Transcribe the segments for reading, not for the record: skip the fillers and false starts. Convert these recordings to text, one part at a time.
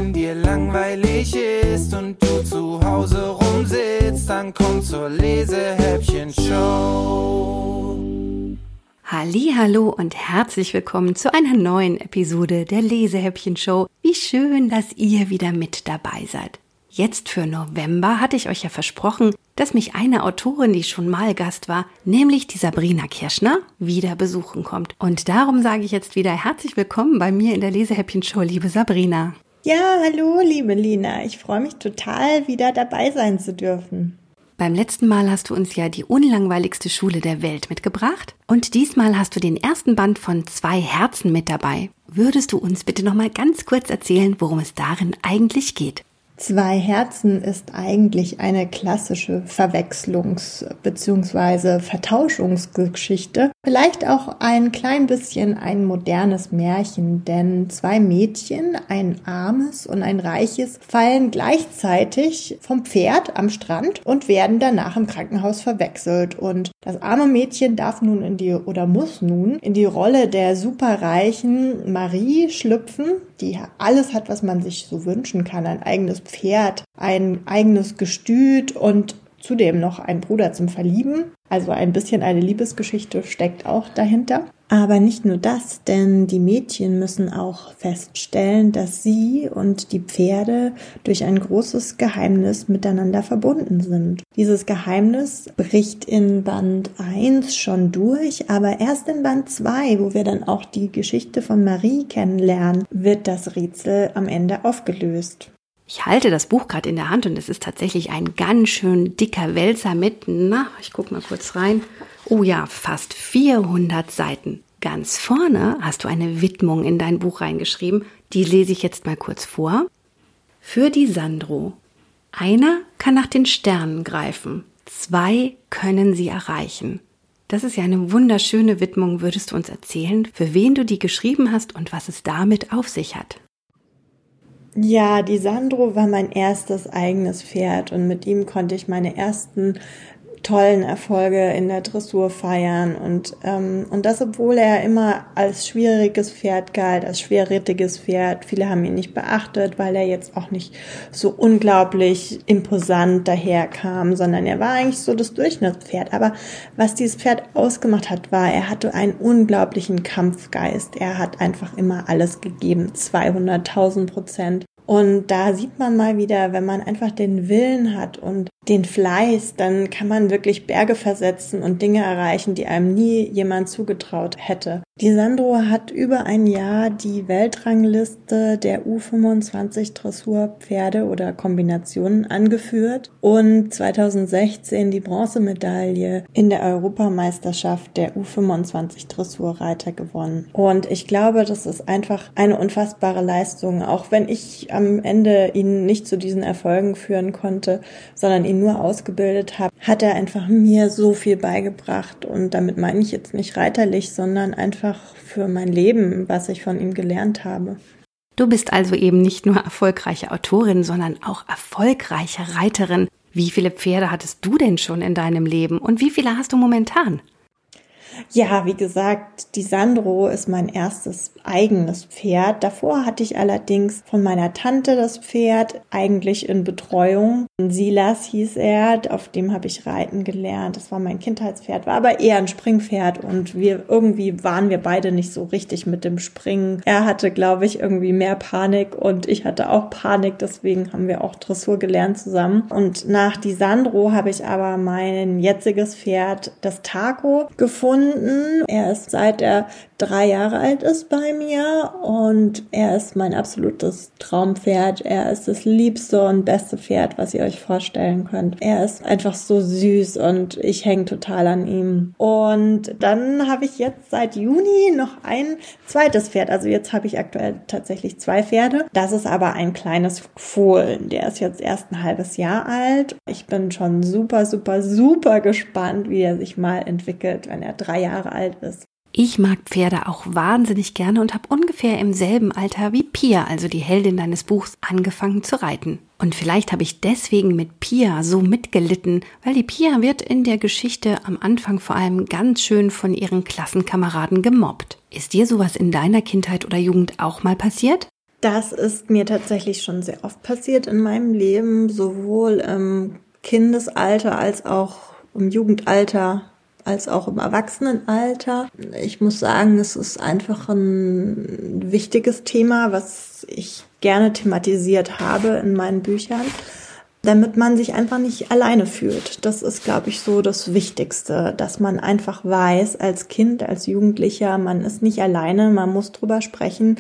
wenn dir langweilig ist und du zu Hause rumsitzt, dann komm zur Lesehäppchen-Show. Hallihallo und herzlich willkommen zu einer neuen Episode der Lesehäppchen-Show. Wie schön, dass ihr wieder mit dabei seid. Jetzt für November hatte ich euch ja versprochen, dass mich eine Autorin, die schon mal Gast war, nämlich die Sabrina Kirschner, wieder besuchen kommt. Und darum sage ich jetzt wieder herzlich willkommen bei mir in der Lesehäppchen-Show, liebe Sabrina. Ja, hallo, liebe Lina. Ich freue mich total, wieder dabei sein zu dürfen. Beim letzten Mal hast du uns ja die unlangweiligste Schule der Welt mitgebracht und diesmal hast du den ersten Band von 2 Herzen mit dabei. Würdest du uns bitte noch mal ganz kurz erzählen, worum es darin eigentlich geht? 2 Herzen ist eigentlich eine klassische Verwechslungs- bzw. Vertauschungsgeschichte. Vielleicht auch ein klein bisschen ein modernes Märchen, denn 2 Mädchen, ein armes und ein reiches, fallen gleichzeitig vom Pferd am Strand und werden danach im Krankenhaus verwechselt. Und das arme Mädchen darf nun muss nun in die Rolle der superreichen Marie schlüpfen, die alles hat, was man sich so wünschen kann. Ein eigenes Pferd, ein eigenes Gestüt und zudem noch einen Bruder zum Verlieben. Also ein bisschen eine Liebesgeschichte steckt auch dahinter. Aber nicht nur das, denn die Mädchen müssen auch feststellen, dass sie und die Pferde durch ein großes Geheimnis miteinander verbunden sind. Dieses Geheimnis bricht in Band 1 schon durch, aber erst in Band 2, wo wir dann auch die Geschichte von Marie kennenlernen, wird das Rätsel am Ende aufgelöst. Ich halte das Buch gerade in der Hand und es ist tatsächlich ein ganz schön dicker Wälzer mit, ich gucke mal kurz rein. Oh ja, fast 400 Seiten. Ganz vorne hast du eine Widmung in dein Buch reingeschrieben, die lese ich jetzt mal kurz vor. Für die Sandro. Einer kann nach den Sternen greifen, 2 können sie erreichen. Das ist ja eine wunderschöne Widmung. Würdest du uns erzählen, für wen du die geschrieben hast und was es damit auf sich hat? Ja, die Sandro war mein erstes eigenes Pferd und mit ihm konnte ich meine ersten tollen Erfolge in der Dressur feiern und das, obwohl er immer als schwieriges Pferd galt, als schwerrittiges Pferd. Viele haben ihn nicht beachtet, weil er jetzt auch nicht so unglaublich imposant daherkam, sondern er war eigentlich so das Durchschnittspferd. Aber was dieses Pferd ausgemacht hat, war, er hatte einen unglaublichen Kampfgeist. Er hat einfach immer alles gegeben, 200.000%. Und da sieht man mal wieder, wenn man einfach den Willen hat und den Fleiß, dann kann man wirklich Berge versetzen und Dinge erreichen, die einem nie jemand zugetraut hätte. Die Sandro hat über ein Jahr die Weltrangliste der U25 Dressurpferde oder Kombinationen angeführt und 2016 die Bronzemedaille in der Europameisterschaft der U25 Dressurreiter gewonnen. Und ich glaube, das ist einfach eine unfassbare Leistung, auch wenn ich am Ende ihn nicht zu diesen Erfolgen führen konnte, sondern ihn nur ausgebildet habe, hat er einfach mir so viel beigebracht. Und damit meine ich jetzt nicht reiterlich, sondern einfach für mein Leben, was ich von ihm gelernt habe. Du bist also eben nicht nur erfolgreiche Autorin, sondern auch erfolgreiche Reiterin. Wie viele Pferde hattest du denn schon in deinem Leben und wie viele hast du momentan? Ja, wie gesagt, die Sandro ist mein erstes eigenes Pferd. Davor hatte ich allerdings von meiner Tante das Pferd, eigentlich in Betreuung. Silas hieß er, auf dem habe ich reiten gelernt. Das war mein Kindheitspferd, war aber eher ein Springpferd und irgendwie waren wir beide nicht so richtig mit dem Springen. Er hatte, glaube ich, irgendwie mehr Panik und ich hatte auch Panik, deswegen haben wir auch Dressur gelernt zusammen. Und nach die Sandro habe ich aber mein jetziges Pferd, das Taco, gefunden. Er ist seit er 3 Jahre alt ist bei mir und er ist mein absolutes Traumpferd. Er ist das liebste und beste Pferd, was ihr euch vorstellen könnt. Er ist einfach so süß und ich hänge total an ihm. Und dann habe ich jetzt seit Juni noch ein zweites Pferd. Also jetzt habe ich aktuell tatsächlich 2 Pferde. Das ist aber ein kleines Fohlen. Der ist jetzt erst ein halbes Jahr alt. Ich bin schon super, super, super gespannt, wie er sich mal entwickelt, wenn er 3 Jahre alt ist. Ich mag Pferde auch wahnsinnig gerne und habe ungefähr im selben Alter wie Pia, also die Heldin deines Buchs, angefangen zu reiten. Und vielleicht habe ich deswegen mit Pia so mitgelitten, weil die Pia wird in der Geschichte am Anfang vor allem ganz schön von ihren Klassenkameraden gemobbt. Ist dir sowas in deiner Kindheit oder Jugend auch mal passiert? Das ist mir tatsächlich schon sehr oft passiert in meinem Leben, sowohl im Kindesalter als auch im Jugendalter, als auch im Erwachsenenalter. Ich muss sagen, es ist einfach ein wichtiges Thema, was ich gerne thematisiert habe in meinen Büchern, damit man sich einfach nicht alleine fühlt. Das ist, glaube ich, so das Wichtigste, dass man einfach weiß, als Kind, als Jugendlicher, man ist nicht alleine, man muss drüber sprechen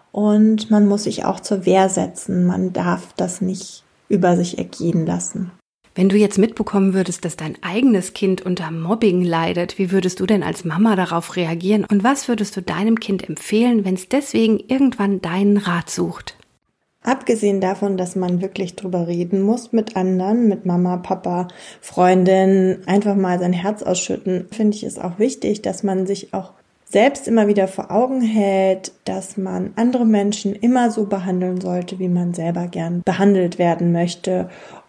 und man muss sich auch zur Wehr setzen. Man darf das nicht über sich ergehen lassen. Wenn du jetzt mitbekommen würdest, dass dein eigenes Kind unter Mobbing leidet, wie würdest du denn als Mama darauf reagieren? Und was würdest du deinem Kind empfehlen, wenn es deswegen irgendwann deinen Rat sucht? Abgesehen davon, dass man wirklich drüber reden muss mit anderen, mit Mama, Papa, Freundin, einfach mal sein Herz ausschütten, finde ich es auch wichtig, dass man sich auch selbst immer wieder vor Augen hält, dass man andere Menschen immer so behandeln sollte, wie man selber gern behandelt werden möchte.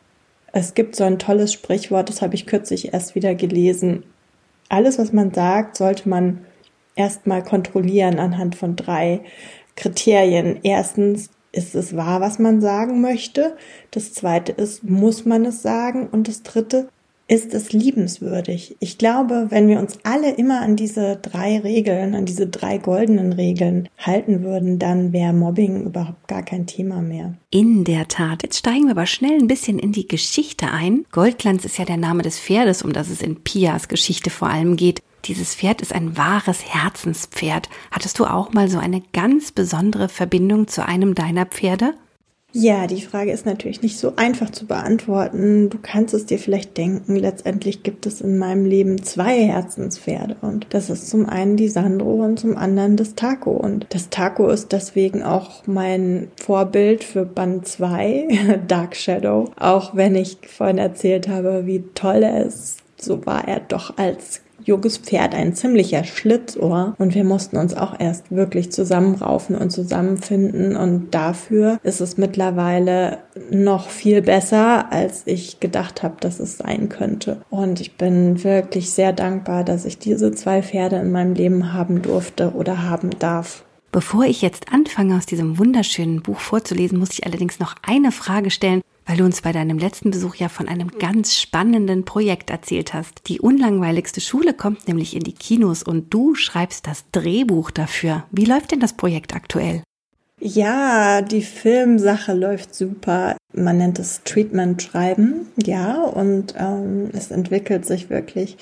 Es gibt so ein tolles Sprichwort, das habe ich kürzlich erst wieder gelesen. Alles, was man sagt, sollte man erstmal kontrollieren anhand von 3 Kriterien. Erstens, ist es wahr, was man sagen möchte? Das Zweite ist, muss man es sagen? Und das Dritte, ist es liebenswürdig? Ich glaube, wenn wir uns alle immer an diese 3 Regeln, an diese 3 goldenen Regeln halten würden, dann wäre Mobbing überhaupt gar kein Thema mehr. In der Tat. Jetzt steigen wir aber schnell ein bisschen in die Geschichte ein. Goldglanz ist ja der Name des Pferdes, um das es in Pias Geschichte vor allem geht. Dieses Pferd ist ein wahres Herzenspferd. Hattest du auch mal so eine ganz besondere Verbindung zu einem deiner Pferde? Ja, die Frage ist natürlich nicht so einfach zu beantworten. Du kannst es dir vielleicht denken, letztendlich gibt es in meinem Leben 2 Herzenspferde. Und das ist zum einen die Sandro und zum anderen das Taco. Und das Taco ist deswegen auch mein Vorbild für Band 2, Dark Shadow. Auch wenn ich vorhin erzählt habe, wie toll er ist, so war er doch als junges Pferd ein ziemlicher Schlitzohr und wir mussten uns auch erst wirklich zusammenraufen und zusammenfinden und dafür ist es mittlerweile noch viel besser, als ich gedacht habe, dass es sein könnte. Und ich bin wirklich sehr dankbar, dass ich diese 2 Pferde in meinem Leben haben durfte oder haben darf. Bevor ich jetzt anfange, aus diesem wunderschönen Buch vorzulesen, muss ich allerdings noch eine Frage stellen, weil du uns bei deinem letzten Besuch ja von einem ganz spannenden Projekt erzählt hast. Die unlangweiligste Schule kommt nämlich in die Kinos und du schreibst das Drehbuch dafür. Wie läuft denn das Projekt aktuell? Ja, die Filmsache läuft super. Man nennt es Treatment schreiben, ja, und es entwickelt sich wirklich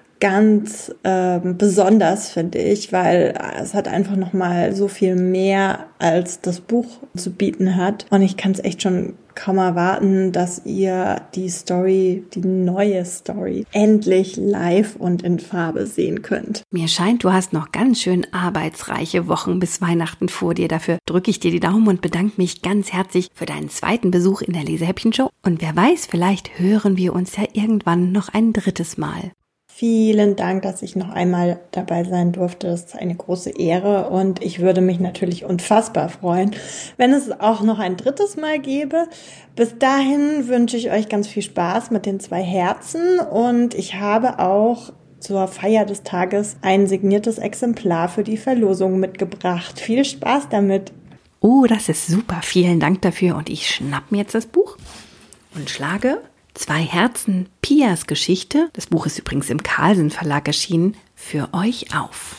ganz besonders, finde ich, weil es hat einfach nochmal so viel mehr als das Buch zu bieten hat. Und ich kann es echt schon kaum erwarten, dass ihr die Story, die neue Story, endlich live und in Farbe sehen könnt. Mir scheint, du hast noch ganz schön arbeitsreiche Wochen bis Weihnachten vor dir. Dafür drücke ich dir die Daumen und bedanke mich ganz herzlich für deinen 2. Besuch in der Lesehäppchen-Show. Und wer weiß, vielleicht hören wir uns ja irgendwann noch ein 3. Mal. Vielen Dank, dass ich noch einmal dabei sein durfte. Das ist eine große Ehre und ich würde mich natürlich unfassbar freuen, wenn es auch noch ein 3. Mal gäbe. Bis dahin wünsche ich euch ganz viel Spaß mit den 2 Herzen und ich habe auch zur Feier des Tages ein signiertes Exemplar für die Verlosung mitgebracht. Viel Spaß damit! Oh, das ist super. Vielen Dank dafür und ich schnapp mir jetzt das Buch und schlage 2 Herzen, Pias Geschichte, das Buch ist übrigens im Carlsen Verlag erschienen, für euch auf.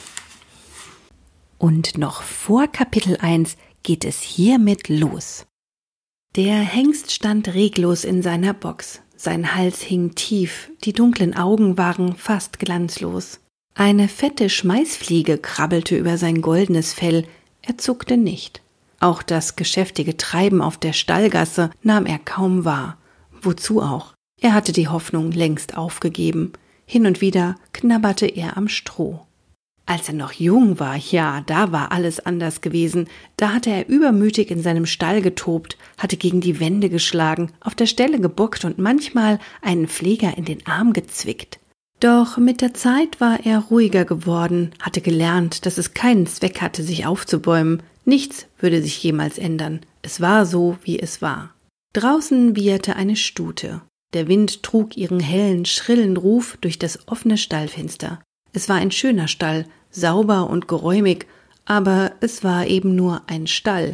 Und noch vor Kapitel 1 geht es hiermit los. Der Hengst stand reglos in seiner Box, sein Hals hing tief, die dunklen Augen waren fast glanzlos. Eine fette Schmeißfliege krabbelte über sein goldenes Fell, er zuckte nicht. Auch das geschäftige Treiben auf der Stallgasse nahm er kaum wahr. Wozu auch? Er hatte die Hoffnung längst aufgegeben. Hin und wieder knabberte er am Stroh. Als er noch jung war, ja, da war alles anders gewesen. Da hatte er übermütig in seinem Stall getobt, hatte gegen die Wände geschlagen, auf der Stelle gebockt und manchmal einen Pfleger in den Arm gezwickt. Doch mit der Zeit war er ruhiger geworden, hatte gelernt, dass es keinen Zweck hatte, sich aufzubäumen. Nichts würde sich jemals ändern. Es war so, wie es war. Draußen wieherte eine Stute. Der Wind trug ihren hellen, schrillen Ruf durch das offene Stallfenster. Es war ein schöner Stall, sauber und geräumig, aber es war eben nur ein Stall.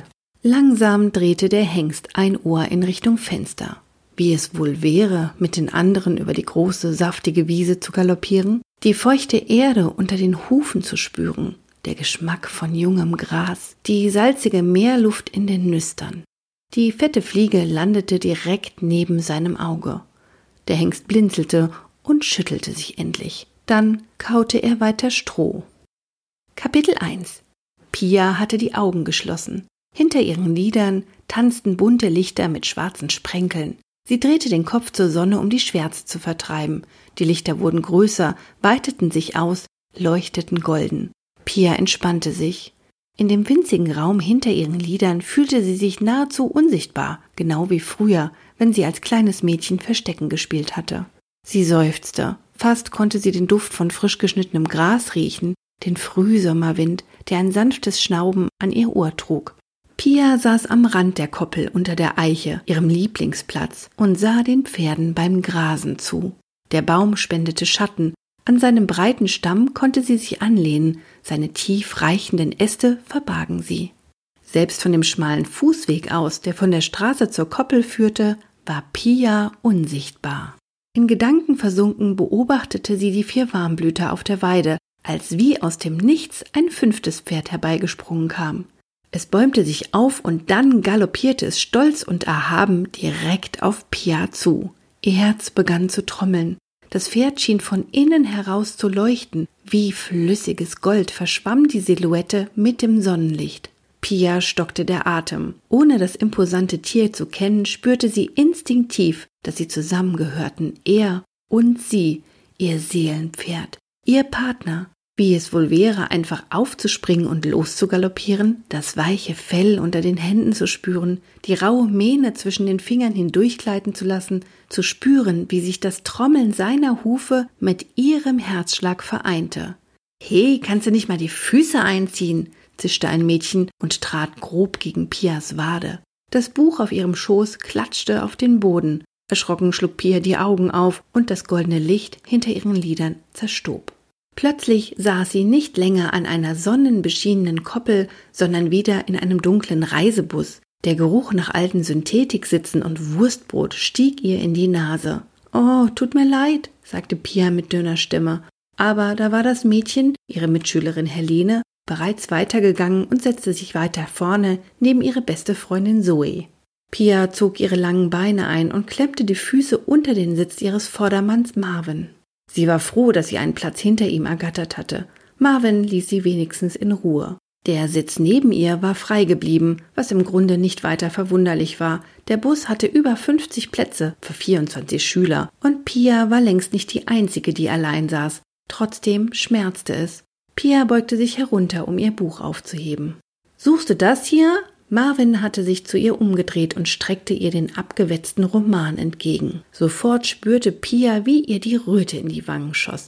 Langsam drehte der Hengst ein Ohr in Richtung Fenster. Wie es wohl wäre, mit den anderen über die große, saftige Wiese zu galoppieren, die feuchte Erde unter den Hufen zu spüren, der Geschmack von jungem Gras, die salzige Meerluft in den Nüstern. Die fette Fliege landete direkt neben seinem Auge. Der Hengst blinzelte und schüttelte sich endlich. Dann kaute er weiter Stroh. Kapitel 1. Pia hatte die Augen geschlossen. Hinter ihren Lidern tanzten bunte Lichter mit schwarzen Sprenkeln. Sie drehte den Kopf zur Sonne, um die Schwärze zu vertreiben. Die Lichter wurden größer, weiteten sich aus, leuchteten golden. Pia entspannte sich. In dem winzigen Raum hinter ihren Lidern fühlte sie sich nahezu unsichtbar, genau wie früher, wenn sie als kleines Mädchen Verstecken gespielt hatte. Sie seufzte. Fast konnte sie den Duft von frisch geschnittenem Gras riechen, den Frühsommerwind, der ein sanftes Schnauben an ihr Ohr trug. Pia saß am Rand der Koppel unter der Eiche, ihrem Lieblingsplatz, und sah den Pferden beim Grasen zu. Der Baum spendete Schatten, an seinem breiten Stamm konnte sie sich anlehnen, seine tief reichenden Äste verbargen sie. Selbst von dem schmalen Fußweg aus, der von der Straße zur Koppel führte, war Pia unsichtbar. In Gedanken versunken beobachtete sie die 4 Warmblüter auf der Weide, als wie aus dem Nichts ein 5. Pferd herbeigesprungen kam. Es bäumte sich auf und dann galoppierte es stolz und erhaben direkt auf Pia zu. Ihr Herz begann zu trommeln. Das Pferd schien von innen heraus zu leuchten. Wie flüssiges Gold verschwamm die Silhouette mit dem Sonnenlicht. Pia stockte der Atem. Ohne das imposante Tier zu kennen, spürte sie instinktiv, dass sie zusammengehörten, er und sie, ihr Seelenpferd, ihr Partner. Wie es wohl wäre, einfach aufzuspringen und loszugaloppieren, das weiche Fell unter den Händen zu spüren, die raue Mähne zwischen den Fingern hindurchgleiten zu lassen, zu spüren, wie sich das Trommeln seiner Hufe mit ihrem Herzschlag vereinte. »Hey, kannst du nicht mal die Füße einziehen?« zischte ein Mädchen und trat grob gegen Pias Wade. Das Buch auf ihrem Schoß klatschte auf den Boden. Erschrocken schlug Pia die Augen auf und das goldene Licht hinter ihren Lidern zerstob. Plötzlich saß sie nicht länger an einer sonnenbeschienenen Koppel, sondern wieder in einem dunklen Reisebus. Der Geruch nach alten Synthetiksitzen und Wurstbrot stieg ihr in die Nase. »Oh, tut mir leid«, sagte Pia mit dünner Stimme. Aber da war das Mädchen, ihre Mitschülerin Helene, bereits weitergegangen und setzte sich weiter vorne neben ihre beste Freundin Zoe. Pia zog ihre langen Beine ein und klemmte die Füße unter den Sitz ihres Vordermanns Marvin. Sie war froh, dass sie einen Platz hinter ihm ergattert hatte. Marvin ließ sie wenigstens in Ruhe. Der Sitz neben ihr war frei geblieben, was im Grunde nicht weiter verwunderlich war. Der Bus hatte über 50 Plätze für 24 Schüler und Pia war längst nicht die Einzige, die allein saß. Trotzdem schmerzte es. Pia beugte sich herunter, um ihr Buch aufzuheben. »Suchst du das hier?« Marvin hatte sich zu ihr umgedreht und streckte ihr den abgewetzten Roman entgegen. Sofort spürte Pia, wie ihr die Röte in die Wangen schoss.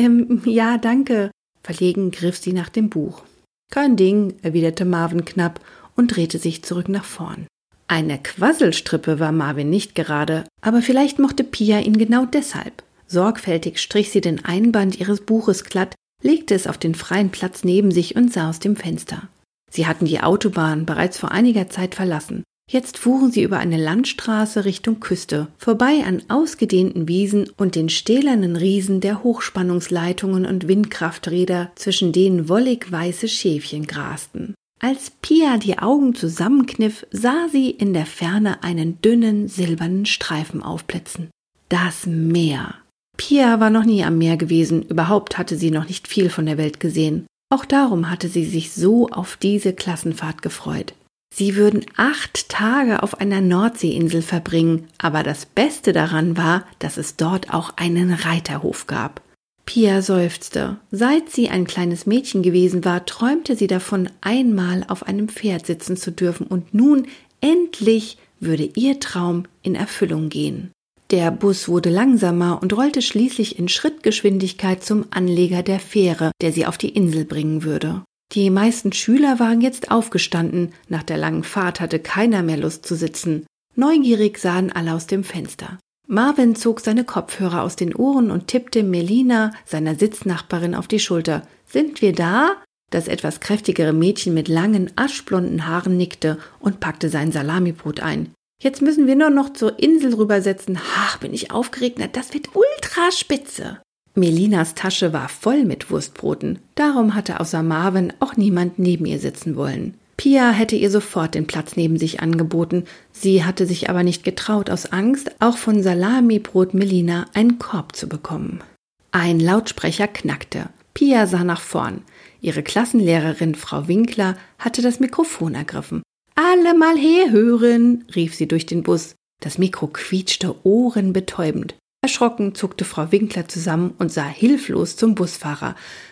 Ja, danke.« Verlegen griff sie nach dem Buch. »Kein Ding«, erwiderte Marvin knapp und drehte sich zurück nach vorn. Eine Quasselstrippe war Marvin nicht gerade, aber vielleicht mochte Pia ihn genau deshalb. Sorgfältig strich sie den Einband ihres Buches glatt, legte es auf den freien Platz neben sich und sah aus dem Fenster. Sie hatten die Autobahn bereits vor einiger Zeit verlassen. Jetzt fuhren sie über eine Landstraße Richtung Küste, vorbei an ausgedehnten Wiesen und den stählernen Riesen der Hochspannungsleitungen und Windkrafträder, zwischen denen wollig weiße Schäfchen grasten. Als Pia die Augen zusammenkniff, sah sie in der Ferne einen dünnen, silbernen Streifen aufblitzen. Das Meer. Pia war noch nie am Meer gewesen, überhaupt hatte sie noch nicht viel von der Welt gesehen. Auch darum hatte sie sich so auf diese Klassenfahrt gefreut. Sie würden 8 Tage auf einer Nordseeinsel verbringen, aber das Beste daran war, dass es dort auch einen Reiterhof gab. Pia seufzte. Seit sie ein kleines Mädchen gewesen war, träumte sie davon, einmal auf einem Pferd sitzen zu dürfen, und nun, endlich, würde ihr Traum in Erfüllung gehen. Der Bus wurde langsamer und rollte schließlich in Schrittgeschwindigkeit zum Anleger der Fähre, der sie auf die Insel bringen würde. Die meisten Schüler waren jetzt aufgestanden, nach der langen Fahrt hatte keiner mehr Lust zu sitzen. Neugierig sahen alle aus dem Fenster. Marvin zog seine Kopfhörer aus den Ohren und tippte Melina, seiner Sitznachbarin, auf die Schulter. »Sind wir da?« Das etwas kräftigere Mädchen mit langen, aschblonden Haaren nickte und packte sein Salamibrot ein. »Jetzt müssen wir nur noch zur Insel rübersetzen. Ach, bin ich aufgeregt, na, das wird ultraspitze.« Melinas Tasche war voll mit Wurstbroten. Darum hatte außer Marvin auch niemand neben ihr sitzen wollen. Pia hätte ihr sofort den Platz neben sich angeboten. Sie hatte sich aber nicht getraut, aus Angst, auch von Salamibrot Melina einen Korb zu bekommen. Ein Lautsprecher knackte. Pia sah nach vorn. Ihre Klassenlehrerin Frau Winkler hatte das Mikrofon ergriffen. »Alle mal herhören«, rief sie durch den Bus. Das Mikro quietschte ohrenbetäubend. Erschrocken zuckte Frau Winkler zusammen und sah hilflos zum Busfahrer.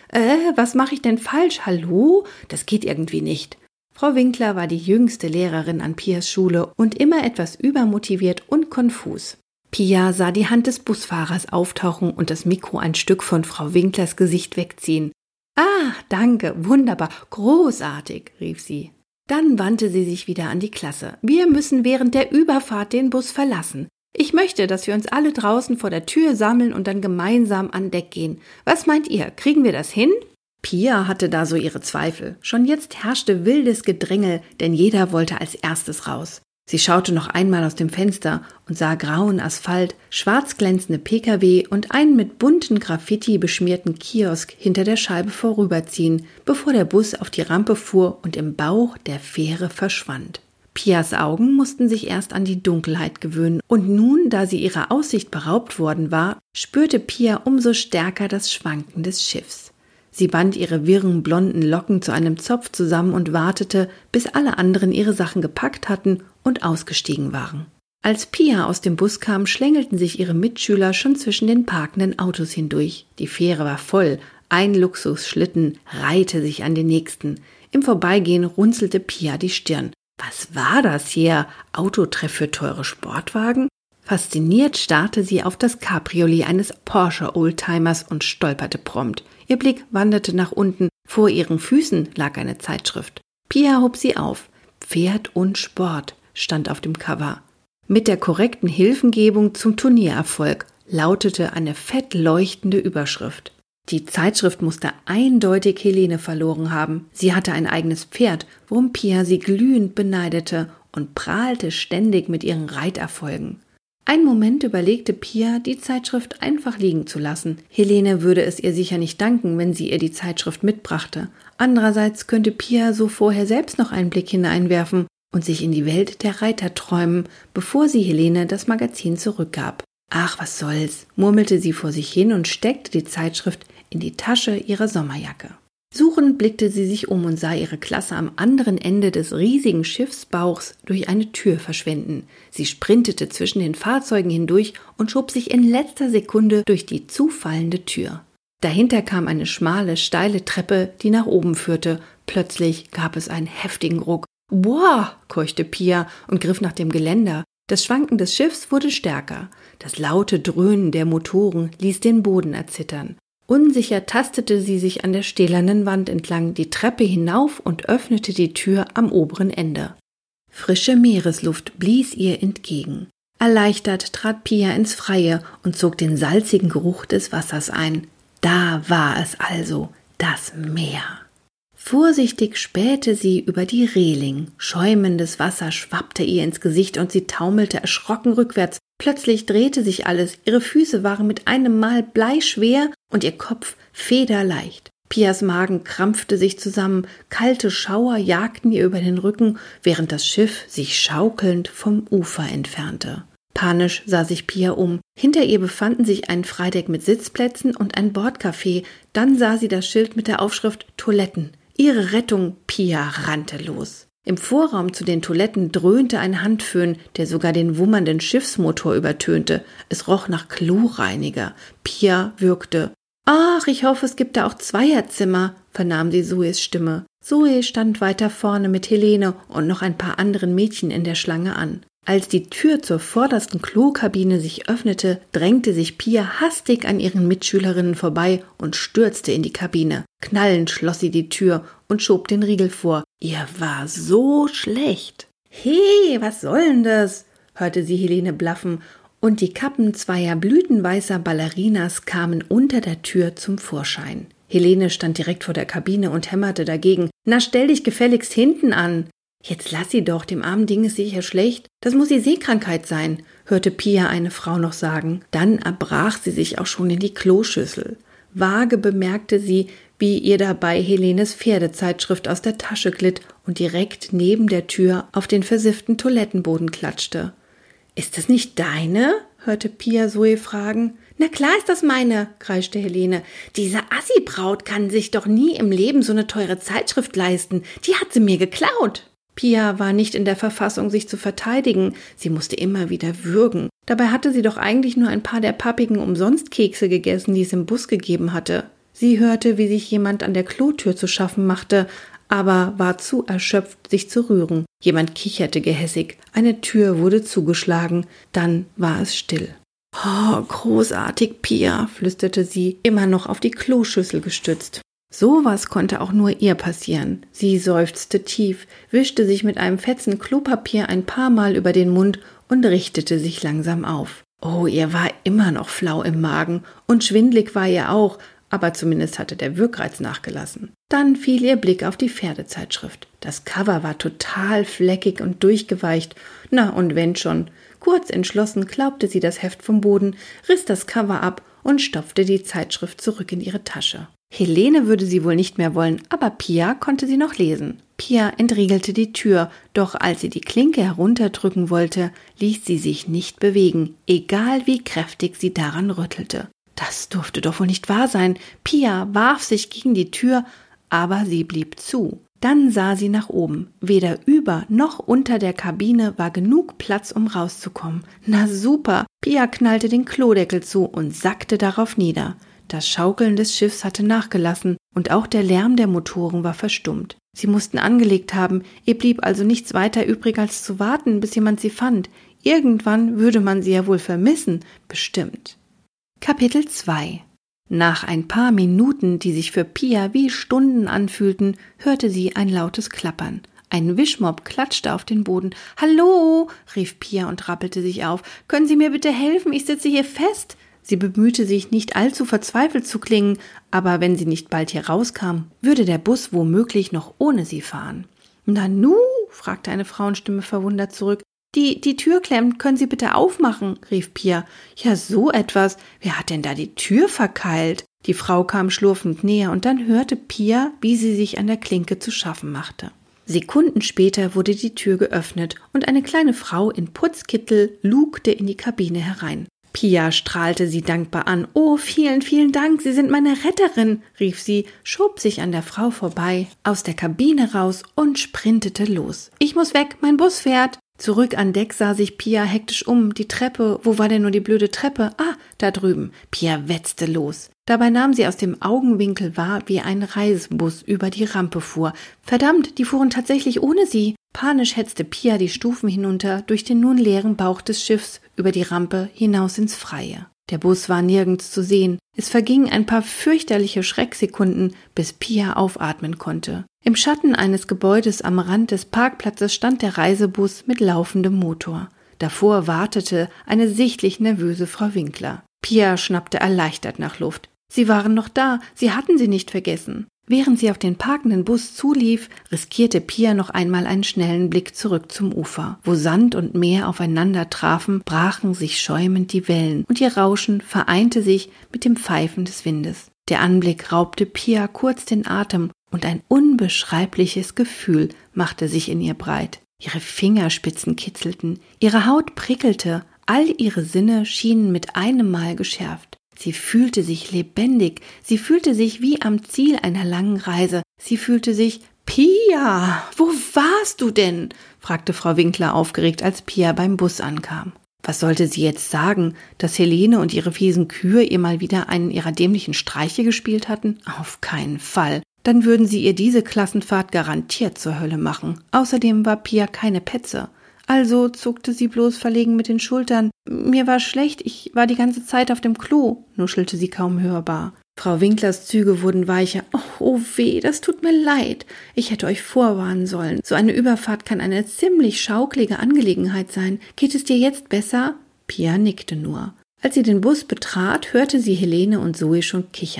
Was mache ich denn falsch? Hallo? Das geht irgendwie nicht.« Frau Winkler war die jüngste Lehrerin an Pias Schule und immer etwas übermotiviert und konfus. Pia sah die Hand des Busfahrers auftauchen und das Mikro ein Stück von Frau Winklers Gesicht wegziehen. »Ah, danke, wunderbar, großartig«, rief sie. Dann wandte sie sich wieder an die Klasse. »Wir müssen während der Überfahrt den Bus verlassen. Ich möchte, dass wir uns alle draußen vor der Tür sammeln und dann gemeinsam an Deck gehen. Was meint ihr, kriegen wir das hin?« Pia hatte da so ihre Zweifel. Schon jetzt herrschte wildes Gedrängel, denn jeder wollte als erstes raus. Sie schaute noch einmal aus dem Fenster und sah grauen Asphalt, schwarz glänzende Pkw und einen mit bunten Graffiti beschmierten Kiosk hinter der Scheibe vorüberziehen, bevor der Bus auf die Rampe fuhr und im Bauch der Fähre verschwand. Pias Augen mussten sich erst an die Dunkelheit gewöhnen, und nun, da sie ihrer Aussicht beraubt worden war, spürte Pia umso stärker das Schwanken des Schiffs. Sie band ihre wirren, blonden Locken zu einem Zopf zusammen und wartete, bis alle anderen ihre Sachen gepackt hatten und ausgestiegen waren. Als Pia aus dem Bus kam, schlängelten sich ihre Mitschüler schon zwischen den parkenden Autos hindurch. Die Fähre war voll, ein Luxusschlitten reihte sich an den nächsten. Im Vorbeigehen runzelte Pia die Stirn. Was war das hier? Autotreff für teure Sportwagen? Fasziniert starrte sie auf das Cabriolet eines Porsche-Oldtimers und stolperte prompt. Ihr Blick wanderte nach unten. Vor ihren Füßen lag eine Zeitschrift. Pia hob sie auf. »Pferd und Sport« stand auf dem Cover. Mit der korrekten Hilfengebung zum Turniererfolg lautete eine fett leuchtende Überschrift. Die Zeitschrift musste eindeutig Helene verloren haben. Sie hatte ein eigenes Pferd, worum Pia sie glühend beneidete und prahlte ständig mit ihren Reiterfolgen. Einen Moment überlegte Pia, die Zeitschrift einfach liegen zu lassen. Helene würde es ihr sicher nicht danken, wenn sie ihr die Zeitschrift mitbrachte. Andererseits könnte Pia so vorher selbst noch einen Blick hineinwerfen und sich in die Welt der Reiter träumen, bevor sie Helene das Magazin zurückgab. »Ach, was soll's«, murmelte sie vor sich hin und steckte die Zeitschrift in die Tasche ihrer Sommerjacke. Suchend blickte sie sich um und sah ihre Klasse am anderen Ende des riesigen Schiffsbauchs durch eine Tür verschwinden. Sie sprintete zwischen den Fahrzeugen hindurch und schob sich in letzter Sekunde durch die zufallende Tür. Dahinter kam eine schmale, steile Treppe, die nach oben führte. Plötzlich gab es einen heftigen Ruck. »Boah«, keuchte Pia und griff nach dem Geländer. Das Schwanken des Schiffs wurde stärker. Das laute Dröhnen der Motoren ließ den Boden erzittern. Unsicher tastete sie sich an der stählernen Wand entlang die Treppe hinauf und öffnete die Tür am oberen Ende. Frische Meeresluft blies ihr entgegen. Erleichtert trat Pia ins Freie und zog den salzigen Geruch des Wassers ein. Da war es also, das Meer. Vorsichtig spähte sie über die Reling. Schäumendes Wasser schwappte ihr ins Gesicht und sie taumelte erschrocken rückwärts. Plötzlich drehte sich alles, ihre Füße waren mit einem Mal bleischwer und ihr Kopf federleicht. Pias Magen krampfte sich zusammen, kalte Schauer jagten ihr über den Rücken, während das Schiff sich schaukelnd vom Ufer entfernte. Panisch sah sich Pia um. Hinter ihr befanden sich ein Freideck mit Sitzplätzen und ein Bordcafé. Dann sah sie das Schild mit der Aufschrift »Toiletten«. Ihre Rettung, Pia rannte los. Im Vorraum zu den Toiletten dröhnte ein Handföhn, der sogar den wummernden Schiffsmotor übertönte. Es roch nach Kloreiniger. Pia würgte. »Ach, ich hoffe, es gibt da auch Zweierzimmer«, vernahm sie Zoes Stimme. Zoe stand weiter vorne mit Helene und noch ein paar anderen Mädchen in der Schlange an. Als die Tür zur vordersten Klokabine sich öffnete, drängte sich Pia hastig an ihren Mitschülerinnen vorbei und stürzte in die Kabine. Knallend schloss sie die Tür und schob den Riegel vor. Ihr war so schlecht. »Hey, was soll denn das?« hörte sie Helene blaffen, und die Kappen zweier blütenweißer Ballerinas kamen unter der Tür zum Vorschein. Helene stand direkt vor der Kabine und hämmerte dagegen. »Na, stell dich gefälligst hinten an!« »Jetzt lass sie doch, dem armen Ding ist sicher schlecht. Das muss die Seekrankheit sein«, hörte Pia eine Frau noch sagen. Dann erbrach sie sich auch schon in die Kloschüssel. Vage bemerkte sie, wie ihr dabei Helenes Pferdezeitschrift aus der Tasche glitt und direkt neben der Tür auf den versifften Toilettenboden klatschte. »Ist das nicht deine?« hörte Pia Zoe fragen. »Na klar ist das meine«, kreischte Helene. »Diese Assi-Braut kann sich doch nie im Leben so eine teure Zeitschrift leisten. Die hat sie mir geklaut.« Pia war nicht in der Verfassung, sich zu verteidigen. Sie musste immer wieder würgen. Dabei hatte sie doch eigentlich nur ein paar der pappigen Umsonstkekse gegessen, die es im Bus gegeben hatte. Sie hörte, wie sich jemand an der Klotür zu schaffen machte, aber war zu erschöpft, sich zu rühren. Jemand kicherte gehässig. Eine Tür wurde zugeschlagen. Dann war es still. »Oh, großartig, Pia«, flüsterte sie, immer noch auf die Kloschüssel gestützt. Sowas konnte auch nur ihr passieren. Sie seufzte tief, wischte sich mit einem Fetzen Klopapier ein paar Mal über den Mund und richtete sich langsam auf. Oh, ihr war immer noch flau im Magen und schwindlig war ihr auch, aber zumindest hatte der Wirkreiz nachgelassen. Dann fiel ihr Blick auf die Pferdezeitschrift. Das Cover war total fleckig und durchgeweicht. Na, und wenn schon. Kurz entschlossen klaubte sie das Heft vom Boden, riss das Cover ab und stopfte die Zeitschrift zurück in ihre Tasche. Helene würde sie wohl nicht mehr wollen, aber Pia konnte sie noch lesen. Pia entriegelte die Tür, doch als sie die Klinke herunterdrücken wollte, ließ sie sich nicht bewegen, egal wie kräftig sie daran rüttelte. Das durfte doch wohl nicht wahr sein. Pia warf sich gegen die Tür, aber sie blieb zu. Dann sah sie nach oben. Weder über noch unter der Kabine war genug Platz, um rauszukommen. Na super! Pia knallte den Klodeckel zu und sackte darauf nieder. Das Schaukeln des Schiffs hatte nachgelassen und auch der Lärm der Motoren war verstummt. Sie mussten angelegt haben, ihr blieb also nichts weiter übrig, als zu warten, bis jemand sie fand. Irgendwann würde man sie ja wohl vermissen, bestimmt. Kapitel 2 Nach ein paar Minuten, die sich für Pia wie Stunden anfühlten, hörte sie ein lautes Klappern. Ein Wischmopp klatschte auf den Boden. »Hallo«, rief Pia und rappelte sich auf. »Können Sie mir bitte helfen? Ich sitze hier fest.« Sie bemühte sich, nicht allzu verzweifelt zu klingen, aber wenn sie nicht bald hier rauskam, würde der Bus womöglich noch ohne sie fahren. »Nanu«, fragte eine Frauenstimme verwundert zurück. Die Tür klemmt, können Sie bitte aufmachen«, rief Pia. »Ja, so etwas. Wer hat denn da die Tür verkeilt?« Die Frau kam schlurfend näher und dann hörte Pia, wie sie sich an der Klinke zu schaffen machte. Sekunden später wurde die Tür geöffnet und eine kleine Frau in Putzkittel lugte in die Kabine herein. Pia strahlte sie dankbar an. »Oh, vielen, vielen Dank, Sie sind meine Retterin«, rief sie, schob sich an der Frau vorbei, aus der Kabine raus und sprintete los. »Ich muss weg, mein Bus fährt.« Zurück an Deck sah sich Pia hektisch um. Die Treppe, wo war denn nur die blöde Treppe? Ah, da drüben. Pia wetzte los. Dabei nahm sie aus dem Augenwinkel wahr, wie ein Reisebus über die Rampe fuhr. Verdammt, die fuhren tatsächlich ohne sie. Panisch hetzte Pia die Stufen hinunter, durch den nun leeren Bauch des Schiffs, über die Rampe hinaus ins Freie. Der Bus war nirgends zu sehen. Es vergingen ein paar fürchterliche Schrecksekunden, bis Pia aufatmen konnte. Im Schatten eines Gebäudes am Rand des Parkplatzes stand der Reisebus mit laufendem Motor. Davor wartete eine sichtlich nervöse Frau Winkler. Pia schnappte erleichtert nach Luft. Sie waren noch da, sie hatten sie nicht vergessen. Während sie auf den parkenden Bus zulief, riskierte Pia noch einmal einen schnellen Blick zurück zum Ufer. Wo Sand und Meer aufeinander trafen, brachen sich schäumend die Wellen und ihr Rauschen vereinte sich mit dem Pfeifen des Windes. Der Anblick raubte Pia kurz den Atem und ein unbeschreibliches Gefühl machte sich in ihr breit. Ihre Fingerspitzen kitzelten, ihre Haut prickelte, all ihre Sinne schienen mit einem Mal geschärft. Sie fühlte sich lebendig, sie fühlte sich wie am Ziel einer langen Reise. Sie fühlte sich, »Pia, wo warst du denn?« fragte Frau Winkler aufgeregt, als Pia beim Bus ankam. Was sollte sie jetzt sagen, dass Helene und ihre fiesen Kühe ihr mal wieder einen ihrer dämlichen Streiche gespielt hatten? Auf keinen Fall. Dann würden sie ihr diese Klassenfahrt garantiert zur Hölle machen. Außerdem war Pia keine Petze. Also zuckte sie bloß verlegen mit den Schultern. »Mir war schlecht, ich war die ganze Zeit auf dem Klo«, nuschelte sie kaum hörbar. Frau Winklers Züge wurden weicher. »Oh weh, das tut mir leid. Ich hätte euch vorwarnen sollen. So eine Überfahrt kann eine ziemlich schaukelige Angelegenheit sein. Geht es dir jetzt besser?« Pia nickte nur. Als sie den Bus betrat, hörte sie Helene und Zoe schon kichern.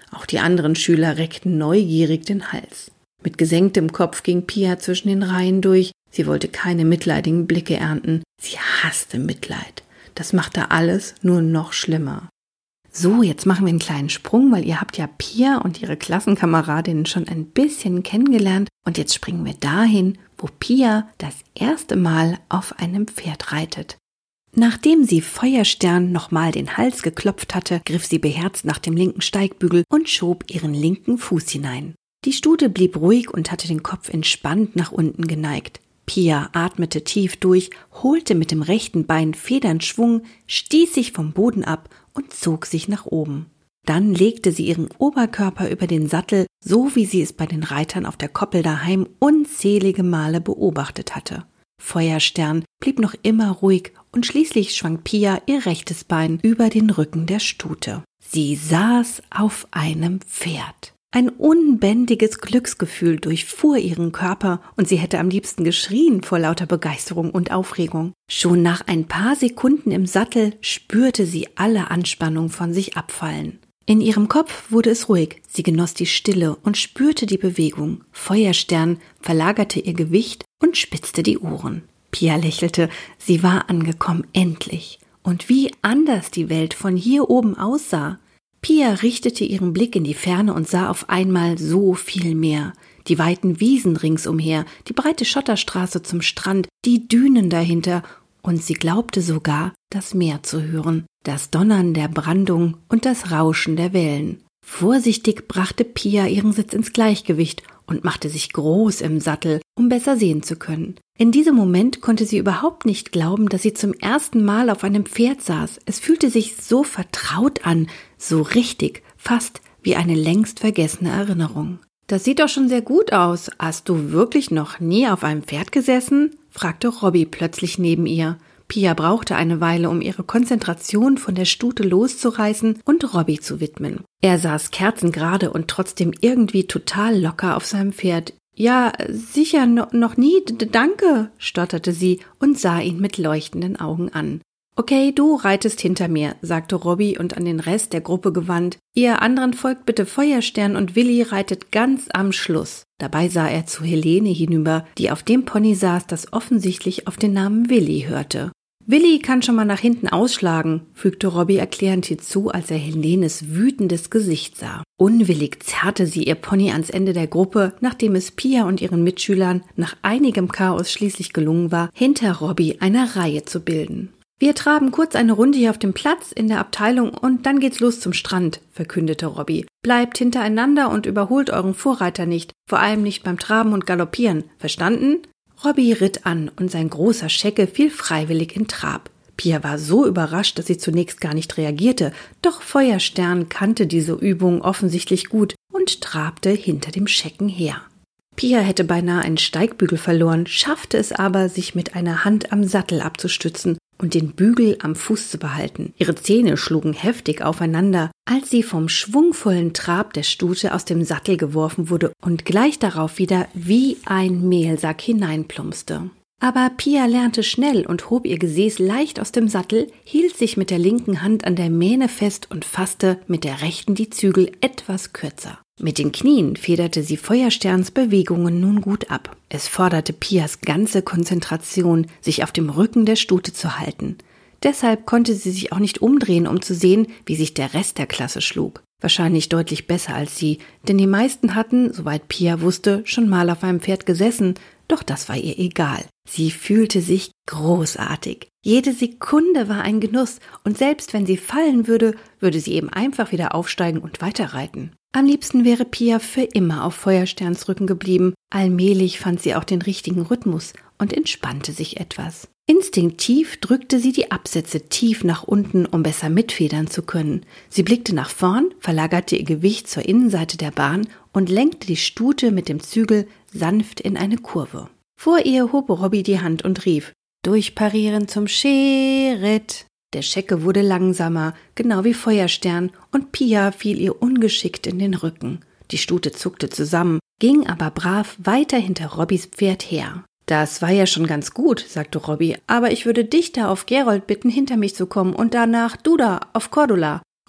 Auch die anderen Schüler reckten neugierig den Hals. Mit gesenktem Kopf ging Pia zwischen den Reihen durch. Sie wollte keine mitleidigen Blicke ernten. Sie hasste Mitleid. Das machte alles nur noch schlimmer. So, jetzt machen wir einen kleinen Sprung, weil ihr habt ja Pia und ihre Klassenkameradinnen schon ein bisschen kennengelernt. Und jetzt springen wir dahin, wo Pia das erste Mal auf einem Pferd reitet. Nachdem sie Feuerstern nochmal den Hals geklopft hatte, griff sie beherzt nach dem linken Steigbügel und schob ihren linken Fuß hinein. Die Stute blieb ruhig und hatte den Kopf entspannt nach unten geneigt. Pia atmete tief durch, holte mit dem rechten Bein federnd Schwung, stieß sich vom Boden ab und zog sich nach oben. Dann legte sie ihren Oberkörper über den Sattel, so wie sie es bei den Reitern auf der Koppel daheim unzählige Male beobachtet hatte. Feuerstern blieb noch immer ruhig und schließlich schwang Pia ihr rechtes Bein über den Rücken der Stute. Sie saß auf einem Pferd. Ein unbändiges Glücksgefühl durchfuhr ihren Körper und sie hätte am liebsten geschrien vor lauter Begeisterung und Aufregung. Schon nach ein paar Sekunden im Sattel spürte sie alle Anspannung von sich abfallen. In ihrem Kopf wurde es ruhig, sie genoss die Stille und spürte die Bewegung. Feuerstern verlagerte ihr Gewicht und spitzte die Ohren. Pia lächelte, sie war angekommen, endlich. Und wie anders die Welt von hier oben aussah. Pia richtete ihren Blick in die Ferne und sah auf einmal so viel mehr. Die weiten Wiesen ringsumher, die breite Schotterstraße zum Strand, die Dünen dahinter, und sie glaubte sogar, das Meer zu hören, das Donnern der Brandung und das Rauschen der Wellen. Vorsichtig brachte Pia ihren Sitz ins Gleichgewicht und machte sich groß im Sattel, um besser sehen zu können. In diesem Moment konnte sie überhaupt nicht glauben, dass sie zum ersten Mal auf einem Pferd saß. Es fühlte sich so vertraut an, so richtig, fast wie eine längst vergessene Erinnerung. »Das sieht doch schon sehr gut aus. Hast du wirklich noch nie auf einem Pferd gesessen?« fragte Robby plötzlich neben ihr. Pia brauchte eine Weile, um ihre Konzentration von der Stute loszureißen und Robby zu widmen. Er saß kerzengerade und trotzdem irgendwie total locker auf seinem Pferd. »Ja, sicher, noch nie, danke«, stotterte sie und sah ihn mit leuchtenden Augen an. »Okay, du reitest hinter mir«, sagte Robby und an den Rest der Gruppe gewandt. »Ihr anderen folgt bitte Feuerstern und Willi reitet ganz am Schluss.« Dabei sah er zu Helene hinüber, die auf dem Pony saß, das offensichtlich auf den Namen Willi hörte. »Willi kann schon mal nach hinten ausschlagen«, fügte Robby erklärend hinzu, als er Helenes wütendes Gesicht sah. Unwillig zerrte sie ihr Pony ans Ende der Gruppe, nachdem es Pia und ihren Mitschülern nach einigem Chaos schließlich gelungen war, hinter Robby eine Reihe zu bilden. »Wir traben kurz eine Runde hier auf dem Platz in der Abteilung und dann geht's los zum Strand«, verkündete Robby. »Bleibt hintereinander und überholt euren Vorreiter nicht, vor allem nicht beim Traben und Galoppieren. Verstanden?« Robby ritt an und sein großer Schecke fiel freiwillig in Trab. Pia war so überrascht, dass sie zunächst gar nicht reagierte, doch Feuerstern kannte diese Übung offensichtlich gut und trabte hinter dem Schecken her. Pia hätte beinahe einen Steigbügel verloren, schaffte es aber, sich mit einer Hand am Sattel abzustützen und den Bügel am Fuß zu behalten. Ihre Zähne schlugen heftig aufeinander, als sie vom schwungvollen Trab der Stute aus dem Sattel geworfen wurde und gleich darauf wieder wie ein Mehlsack hineinplumpste. Aber Pia lernte schnell und hob ihr Gesäß leicht aus dem Sattel, hielt sich mit der linken Hand an der Mähne fest und fasste mit der rechten die Zügel etwas kürzer. Mit den Knien federte sie Feuersterns Bewegungen nun gut ab. Es forderte Pias ganze Konzentration, sich auf dem Rücken der Stute zu halten. Deshalb konnte sie sich auch nicht umdrehen, um zu sehen, wie sich der Rest der Klasse schlug. Wahrscheinlich deutlich besser als sie, denn die meisten hatten, soweit Pia wusste, schon mal auf einem Pferd gesessen, doch das war ihr egal. Sie fühlte sich großartig. Jede Sekunde war ein Genuss und selbst wenn sie fallen würde, würde sie eben einfach wieder aufsteigen und weiterreiten. Am liebsten wäre Pia für immer auf Feuersterns Rücken geblieben. Allmählich fand sie auch den richtigen Rhythmus und entspannte sich etwas. Instinktiv drückte sie die Absätze tief nach unten, um besser mitfedern zu können. Sie blickte nach vorn, verlagerte ihr Gewicht zur Innenseite der Bahn und lenkte die Stute mit dem Zügel sanft in eine Kurve. Vor ihr hob Robby die Hand und rief: »Durchparieren zum Schritt!« Der Schecke wurde langsamer, genau wie Feuerstern, und Pia fiel ihr ungeschickt in den Rücken. Die Stute zuckte zusammen, ging aber brav weiter hinter Robbys Pferd her. »Das war ja schon ganz gut«, sagte Robby, »aber ich würde dich da auf Gerold bitten, hinter mich zu kommen und danach du da auf Cordula.«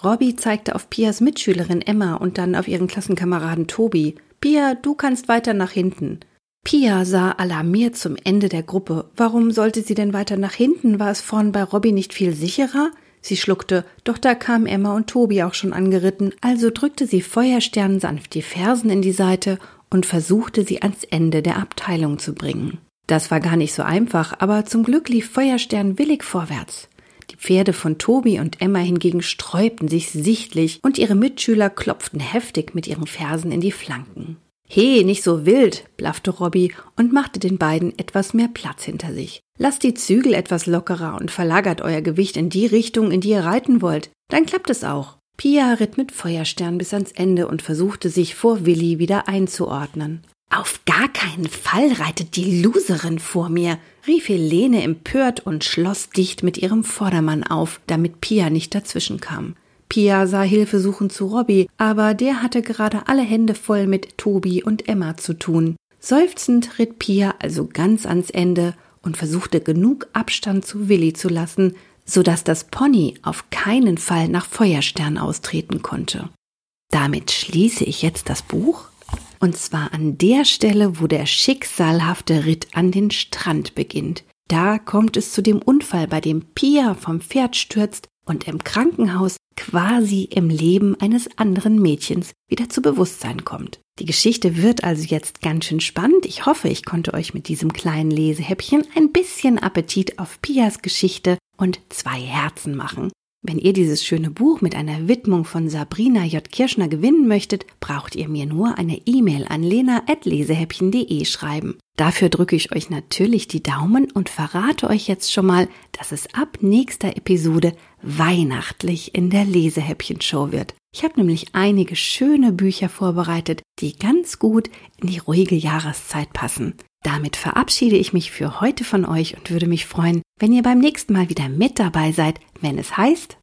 Robby zeigte auf Pias Mitschülerin Emma und dann auf ihren Klassenkameraden Tobi. Pia, du kannst weiter nach hinten. Pia sah alarmiert zum Ende der Gruppe. Warum sollte sie denn weiter nach hinten? War es vorn bei Robby nicht viel sicherer? Sie schluckte, doch da kamen Emma und Tobi auch schon angeritten, also drückte sie Feuerstern sanft die Fersen in die Seite und versuchte sie ans Ende der Abteilung zu bringen. Das war gar nicht so einfach, aber zum Glück lief Feuerstern willig vorwärts. Die Pferde von Tobi und Emma hingegen sträubten sich sichtlich und ihre Mitschüler klopften heftig mit ihren Fersen in die Flanken. »He, nicht so wild«, blaffte Robby und machte den beiden etwas mehr Platz hinter sich. »Lasst die Zügel etwas lockerer und verlagert euer Gewicht in die Richtung, in die ihr reiten wollt. Dann klappt es auch.« Pia ritt mit Feuerstern bis ans Ende und versuchte sich vor Willi wieder einzuordnen. »Auf gar keinen Fall reitet die Loserin vor mir«, rief Helene empört und schloss dicht mit ihrem Vordermann auf, damit Pia nicht dazwischen kam. Pia sah hilfesuchend zu Robby, aber der hatte gerade alle Hände voll mit Tobi und Emma zu tun. Seufzend ritt Pia also ganz ans Ende und versuchte genug Abstand zu Willi zu lassen, sodass das Pony auf keinen Fall nach Feuerstern austreten konnte. Damit schließe ich jetzt das Buch, und zwar an der Stelle, wo der schicksalhafte Ritt an den Strand beginnt. Da kommt es zu dem Unfall, bei dem Pia vom Pferd stürzt und im Krankenhaus quasi im Leben eines anderen Mädchens wieder zu Bewusstsein kommt. Die Geschichte wird also jetzt ganz schön spannend. Ich hoffe, ich konnte euch mit diesem kleinen Lesehäppchen ein bisschen Appetit auf Pias Geschichte und 2 Herzen machen. Wenn ihr dieses schöne Buch mit einer Widmung von Sabrina J. Kirschner gewinnen möchtet, braucht ihr mir nur eine E-Mail an lena@lesehäppchen.de schreiben. Dafür drücke ich euch natürlich die Daumen und verrate euch jetzt schon mal, dass es ab nächster Episode weihnachtlich in der Lesehäppchen-Show wird. Ich habe nämlich einige schöne Bücher vorbereitet, die ganz gut in die ruhige Jahreszeit passen. Damit verabschiede ich mich für heute von euch und würde mich freuen, wenn ihr beim nächsten Mal wieder mit dabei seid, wenn es heißt: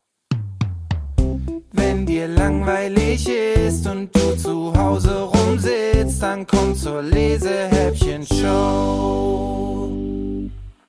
Wenn dir langweilig ist und du zu Hause rumsitzt, dann komm zur Lesehäppchen-Show.